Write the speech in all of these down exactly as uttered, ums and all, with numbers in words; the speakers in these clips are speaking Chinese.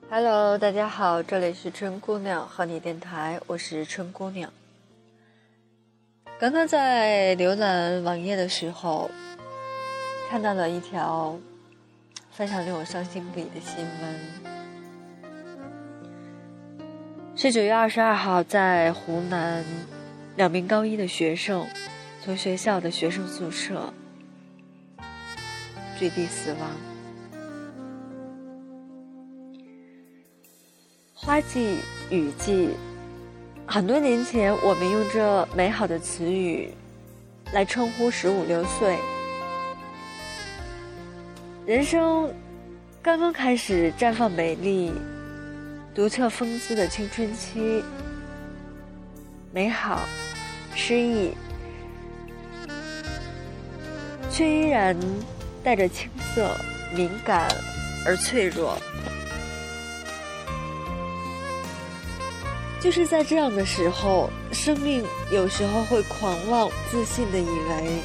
Hello， 大家好，这里是春姑娘和你电台，我是春姑娘。刚刚在浏览网页的时候，看到了一条非常令我伤心不已的新闻，是九月二十二号在湖南，两名高一的学生从学校的学生宿舍坠地死亡。花季雨季，很多年前我们用这美好的词语来称呼十五六岁，人生刚刚开始绽放美丽独特风姿的青春期，美好诗意，却依然带着青涩，敏感而脆弱。就是在这样的时候，生命有时候会狂妄自信地以为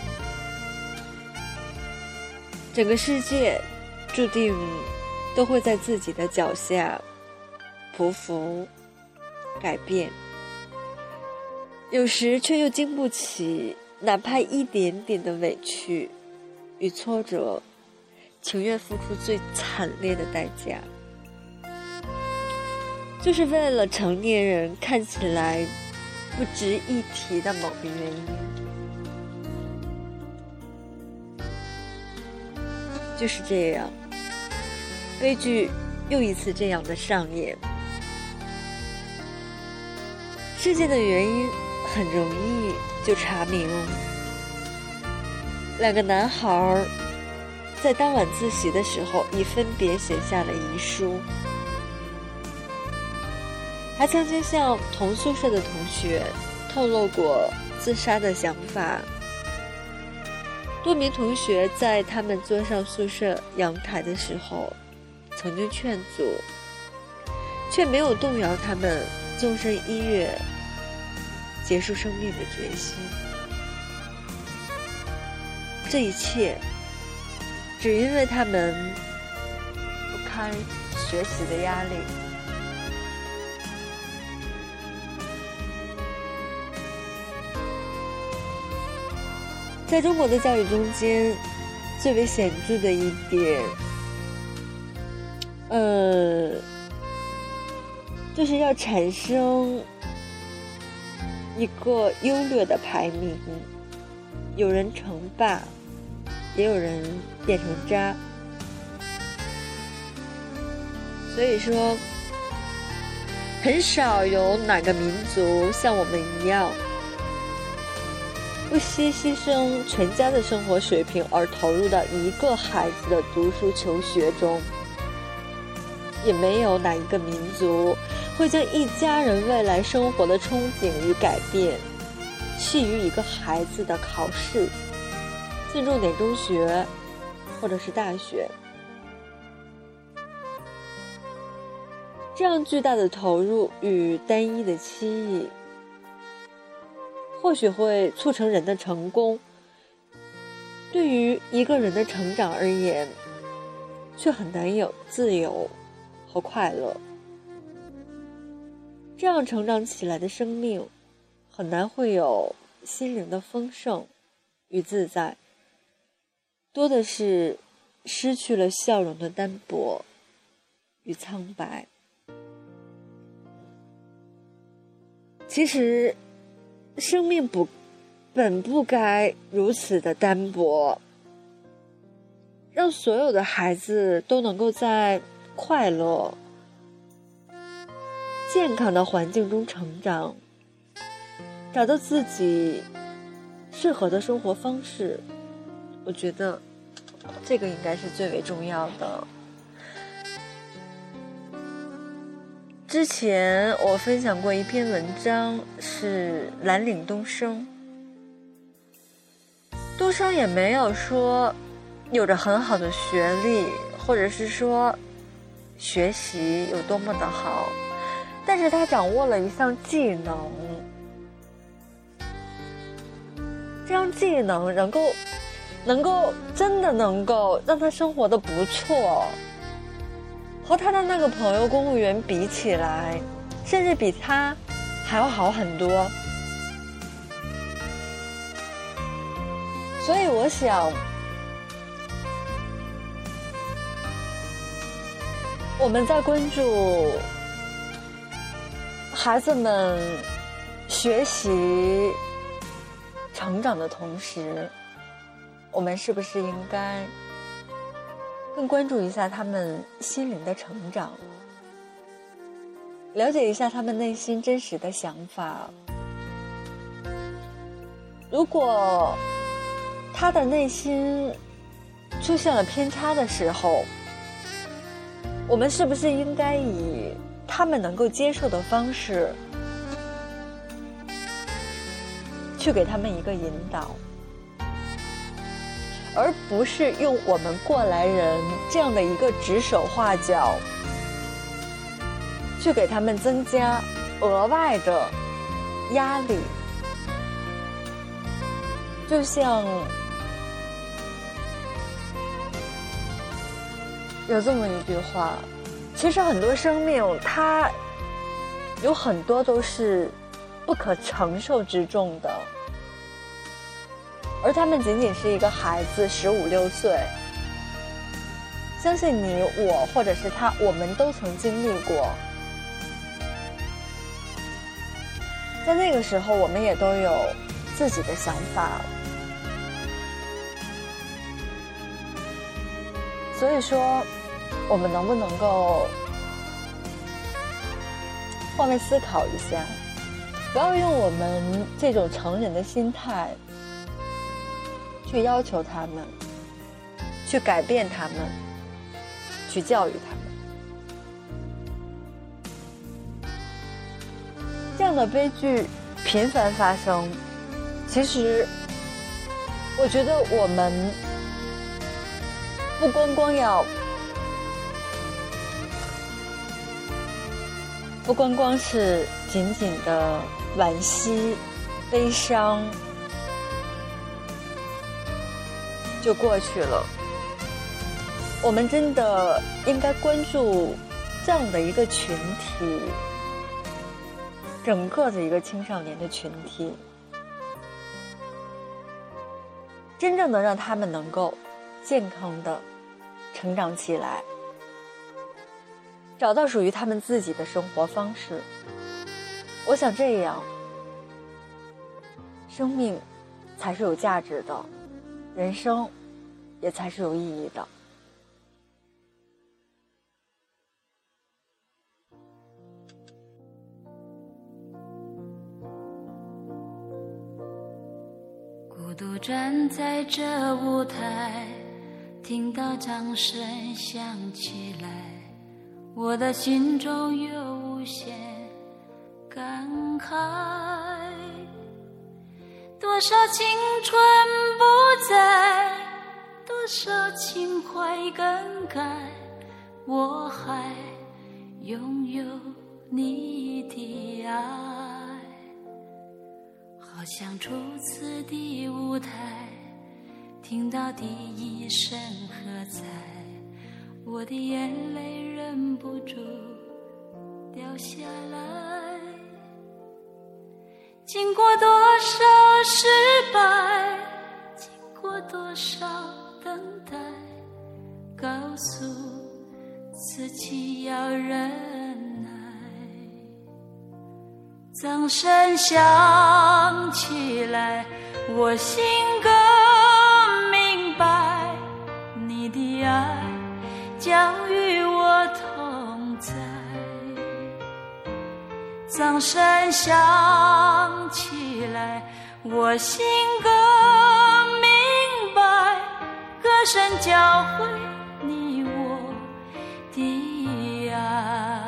整个世界注定都会在自己的脚下匍匐改变，有时却又经不起哪怕一点点的委屈与挫折，情愿付出最惨烈的代价，就是为了成年人看起来不值一提的某个原因。就是这样，悲剧又一次这样的上演。事件的原因很容易就查明，两个男孩在当晚自习的时候已分别写下了遗书，还曾经向同宿舍的同学透露过自杀的想法。多名同学在他们坐上宿舍阳台的时候曾经劝阻，却没有动摇他们纵身一跃结束生命的决心。这一切只因为他们不堪学习的压力。在中国的教育中间，最为显著的一点，呃，就是要产生一个优劣的排名，有人成霸，也有人变成渣。所以说，很少有哪个民族像我们一样，不惜牺牲全家的生活水平而投入到一个孩子的读书求学中，也没有哪一个民族会将一家人未来生活的憧憬与改变系于一个孩子的考试、进重点中学或者是大学。这样巨大的投入与单一的期冀，或许会促成人的成功，对于一个人的成长而言，却很难有自由和快乐。这样成长起来的生命，很难会有心灵的丰盛与自在，多的是失去了笑容的单薄与苍白。其实生命不本不该如此的单薄，让所有的孩子都能够在快乐健康的环境中成长，找到自己适合的生活方式，我觉得这个应该是最为重要的。之前我分享过一篇文章，是蓝岭东升。东升也没有说有着很好的学历，或者是说学习有多么的好，但是他掌握了一项技能，这样技能能够能够真的能够让他生活的不错， 和他的那个朋友公务员比起来，甚至比他还要好很多。所以我想，我们在关注孩子们学习成长的同时，我们是不是应该更关注一下他们心灵的成长，了解一下他们内心真实的想法？如果他的内心出现了偏差的时候，我们是不是应该以他们能够接受的方式去给他们一个引导，而不是用我们过来人这样的一个指手画脚去给他们增加额外的压力？就像有这么一句话，其实很多生命它有很多都是不可承受之重的，而他们仅仅是一个孩子，十五六岁，相信你我或者是他，我们都曾经历过。在那个时候我们也都有自己的想法，所以说我们能不能够换位思考一下，不要用我们这种成人的心态去要求他们，去改变他们，去教育他们。这样的悲剧频繁发生，其实我觉得我们不光光要不光光是紧紧的惋惜悲伤就过去了，我们真的应该关注这样的一个群体，整个的一个青少年的群体，真正的让他们能够健康的成长起来，找到属于他们自己的生活方式。我想这样生命才是有价值的，人生也才是有意义的。 孤独站在这舞台，听到掌声响起来，我的心中有无限感慨。多少青春不在，多少情怀更改，我还拥有你的爱。好像初次的舞台，听到第一声喝彩，我的眼泪忍不住掉下来。经过多少失败，经过多少等待，告诉自己要忍耐。掌声响起来，我心更明白，你的爱将与我同在。掌声响起来，我心更明白，歌声教会你我的爱。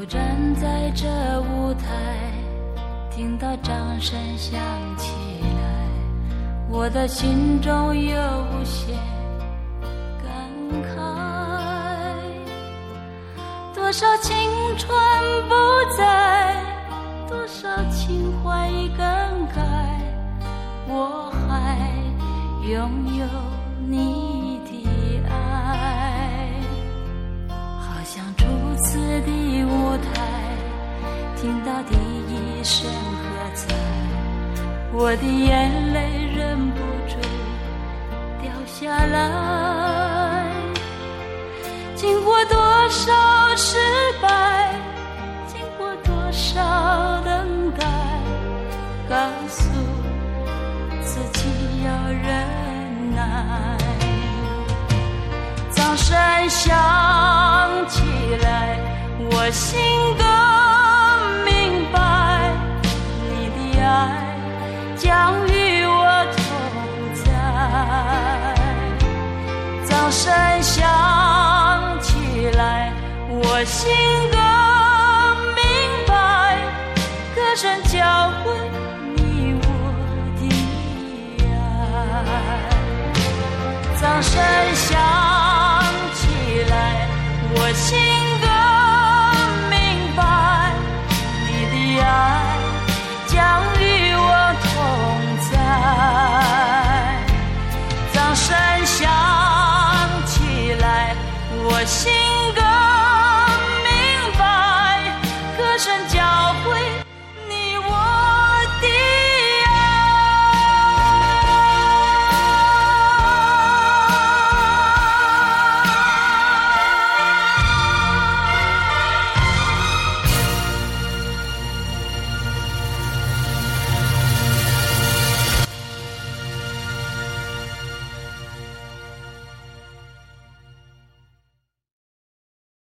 又站在这舞台，听到掌声响起来，我的心中有无限感慨。多少青春不在，多少情怀已更改，我还拥有你的爱。好像初次的舞台，听到第一声喝彩，我的眼泪忍不住掉下来。经过多少失败，经过多少等待，告诉自己要忍耐。掌声响起来，我心更明白，你的爱将与我同在。掌声响起来，我心